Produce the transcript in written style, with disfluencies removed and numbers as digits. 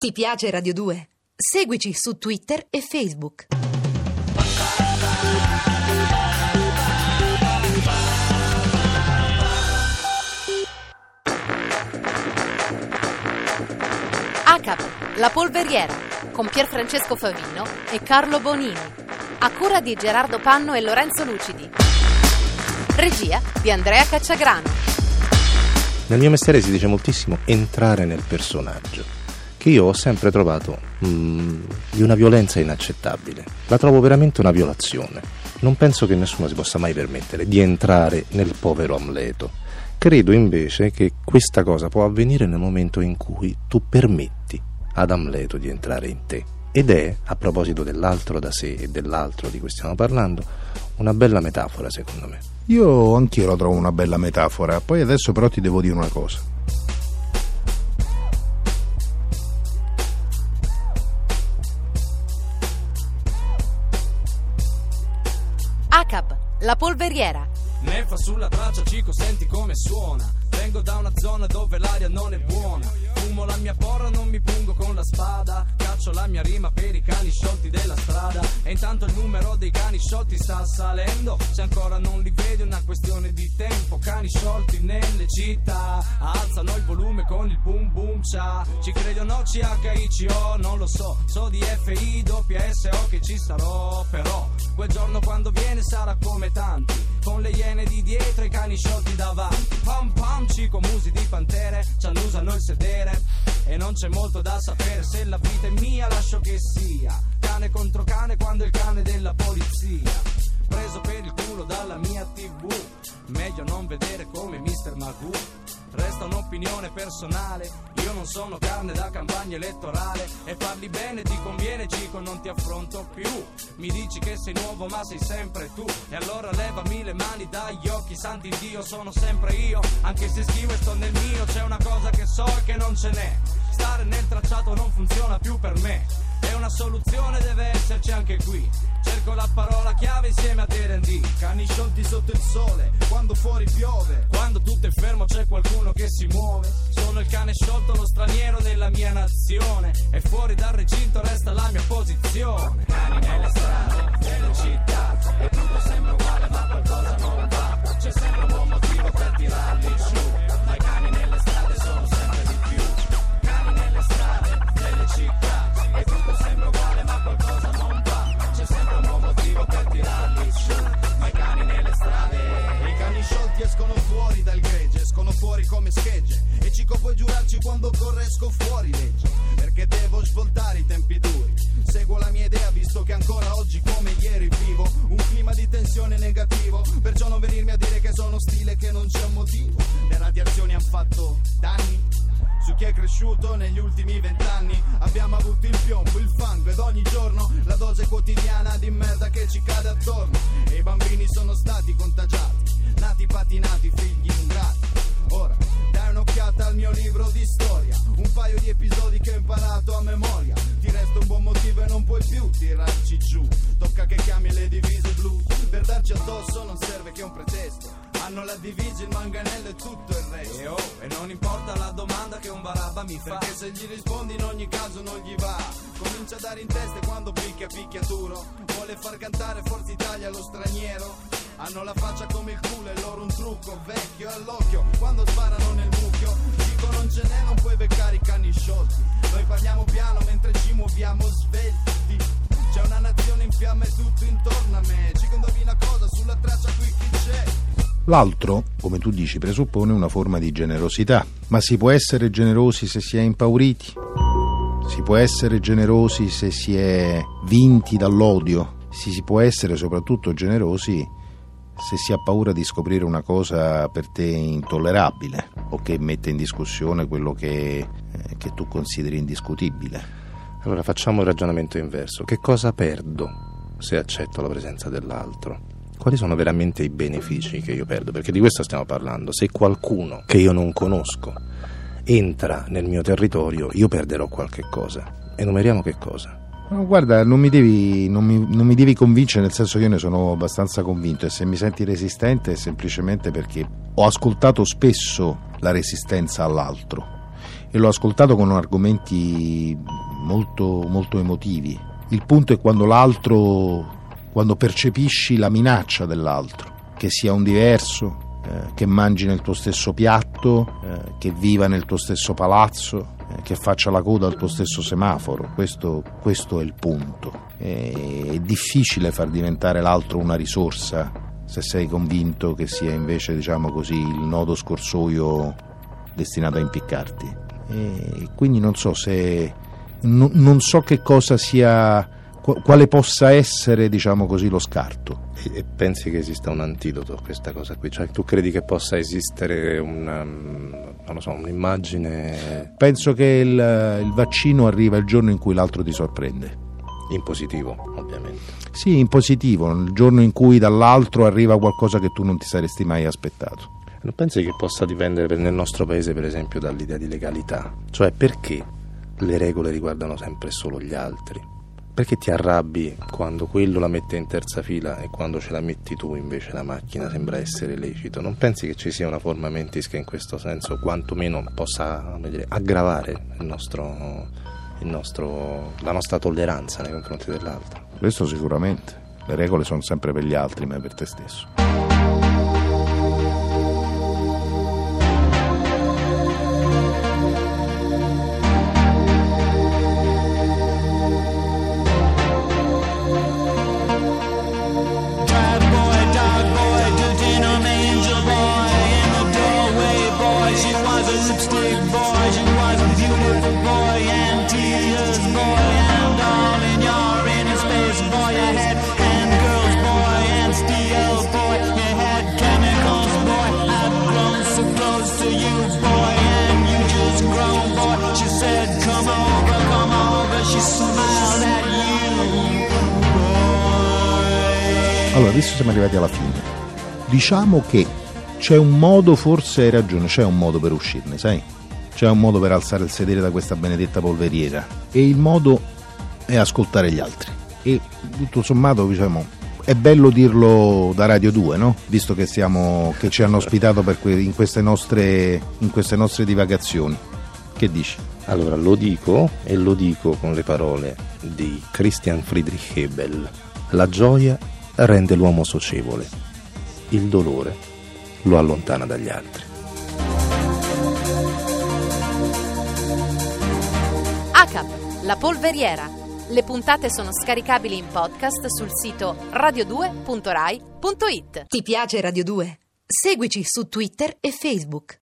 Ti piace Radio 2? Seguici su Twitter e Facebook. ACAP, la polveriera, con Pierfrancesco Favino e Carlo Bonini. A cura di Gerardo Panno e Lorenzo Lucidi. Regia di Andrea Cacciagrano. Nel mio mestiere si dice moltissimo entrare nel personaggio, che io ho sempre trovato di una violenza inaccettabile. La trovo veramente una violazione. Non penso che nessuno si possa mai permettere di entrare nel povero Amleto. Credo invece che questa cosa può avvenire nel momento in cui tu permetti ad Amleto di entrare in te. Ed è, a proposito dell'altro da sé e dell'altro di cui stiamo parlando, una bella metafora secondo me. Io anch'io la trovo una bella metafora. Poi adesso però ti devo dire una cosa. ACAP, la polveriera. Neffa sulla traccia, Cico, senti come suona. Vengo da una zona dove l'aria non è buona. Fumo la mia porra, non mi pungo con la spada. Caccio la mia rima per i cani sciolti della strada. E intanto il numero dei cani sciolti sta salendo. Se ancora non li vedi è una questione di tempo. Cani sciolti nelle città alzano il volume con il boom boom cha. Ci credi o no, CHICO, non lo so. So di FIWSO che ci sarò. Però quel giorno quando viene sarà come tanti, con le iene di dietro e i cani sciolti davanti. Pam pam, Cico, musi di pantere ci annusano il sedere. E non c'è molto da sapere, se la vita è mia lascio che sia. Cane contro cane quando è il cane della polizia. Preso per il culo dalla mia TV, meglio non vedere come Mr. Magoo. Resta un'opinione personale, io non sono carne da campagna elettorale. E parli bene ti conviene, Cico, non ti affronto più. Mi dici che sei nuovo ma sei sempre tu. E allora levami le mani dagli occhi, santi Dio, sono sempre io. Anche se schivo e sto nel mio, c'è una cosa che so e che non ce n'è. Stare nel tracciato non funziona più per me. E una soluzione deve esserci anche qui. Cerco la parola chiave insieme a D&D. Cani sciolti sotto il sole, quando fuori piove. Quando tutto è fermo c'è qualcuno che si muove. Sono il cane sciolto, lo straniero nella mia nazione. E fuori dal recinto resta la mia posizione. Cani nelle strade, nelle città. E tutto sembra uguale ma qualcosa non va. C'è sempre un buon motivo per tirarli giù. Ma i cani nelle strade sono sempre di più. Cani nelle strade, nelle città. E tutto sembra uguale ma qualcosa non va. C'è sempre un buon motivo per tirarli giù. Ma i cani nelle strade. I cani sciolti escono fuori dal gregge, escono fuori come schegge. E Cico puoi giurarci quando corresco fuori legge. Perché devo svoltare i tempi duri. Seguo la mia idea visto che ancora oggi come ieri vivo un clima di tensione negativo. Perciò non venirmi a dire che sono stile, che non c'è un motivo. Le radiazioni han fatto danni su chi è cresciuto negli ultimi 20 anni. Abbiamo avuto il piombo, il fango ed ogni giorno la dose quotidiana di merda che ci cade attorno. E i bambini sono stati contagiati, nati patinati, figli ingrati. Ora dai un'occhiata al mio libro di storia, un paio di episodi che ho imparato a memoria. Ti resta un buon motivo e non puoi più tirarci giù. Tocca che chiami le divise blu, per darci addosso non serve che un pretesto. Hanno la divisa, il manganello e tutto il resto. E non importa la domanda che un barabba mi fa, perché se gli rispondi in ogni caso non gli va. Comincia a dare in testa e quando picchia duro. Vuole far cantare Forza Italia allo straniero. Hanno la faccia come il culo e loro un trucco vecchio all'occhio quando sparano nel mucchio. Dico non ce n'è, non puoi beccare i cani sciolti. Noi parliamo piano mentre ci muoviamo svelti. C'è una nazione in fiamme tutto intorno a me. Ci indovina cosa sulla traccia qui chi c'è. L'altro, come tu dici, presuppone una forma di generosità. Ma si può essere generosi se si è impauriti? Si può essere generosi se si è vinti dall'odio? Si può essere soprattutto generosi se si ha paura di scoprire una cosa per te intollerabile o che mette in discussione quello che tu consideri indiscutibile. Allora facciamo il ragionamento inverso. Che cosa perdo se accetto la presenza dell'altro? Quali sono veramente i benefici che io perdo? Perché di questo stiamo parlando. Se qualcuno che io non conosco entra nel mio territorio, io perderò qualche cosa. Enumeriamo che cosa? No, guarda, non mi devi convincere, nel senso che io ne sono abbastanza convinto, e se mi senti resistente è semplicemente perché ho ascoltato spesso la resistenza all'altro e l'ho ascoltato con argomenti molto, molto emotivi. Il punto è quando percepisci la minaccia dell'altro, che sia un diverso, che mangi nel tuo stesso piatto, che viva nel tuo stesso palazzo, che faccia la coda al tuo stesso semaforo. Questo è il punto. È difficile far diventare l'altro una risorsa se sei convinto che sia invece, diciamo così, il nodo scorsoio destinato a impiccarti. E quindi non so che cosa sia, quale possa essere, diciamo così, lo scarto. E pensi che esista un antidoto a questa cosa qui? Cioè, tu credi che possa esistere un'immagine? Penso che il vaccino arriva il giorno in cui l'altro ti sorprende. In positivo, ovviamente. Sì, in positivo, il giorno in cui dall'altro arriva qualcosa che tu non ti saresti mai aspettato. Non pensi che possa dipendere nel nostro paese, per esempio, dall'idea di legalità? Cioè, perché le regole riguardano sempre solo gli altri? Perché ti arrabbi quando quello la mette in terza fila e quando ce la metti tu invece la macchina sembra essere lecito? Non pensi che ci sia una forma mentis che in questo senso quantomeno possa aggravare la nostra tolleranza nei confronti dell'altro? Questo sicuramente. Le regole sono sempre per gli altri, ma per te stesso. Allora, adesso siamo arrivati alla fine. Diciamo che c'è un modo, forse hai ragione, c'è un modo per uscirne, sai? C'è un modo per alzare il sedere da questa benedetta polveriera, e il modo è ascoltare gli altri. E tutto sommato, diciamo, è bello dirlo da Radio 2, no? Visto che ci hanno ospitato in queste nostre divagazioni. Che dici? Allora, lo dico con le parole di Christian Friedrich Hebel: la gioia rende l'uomo socievole, il dolore lo allontana dagli altri. ACAP, la polveriera. Le puntate sono scaricabili in podcast sul sito radio2.rai.it. Ti piace Radio 2? Seguici su Twitter e Facebook.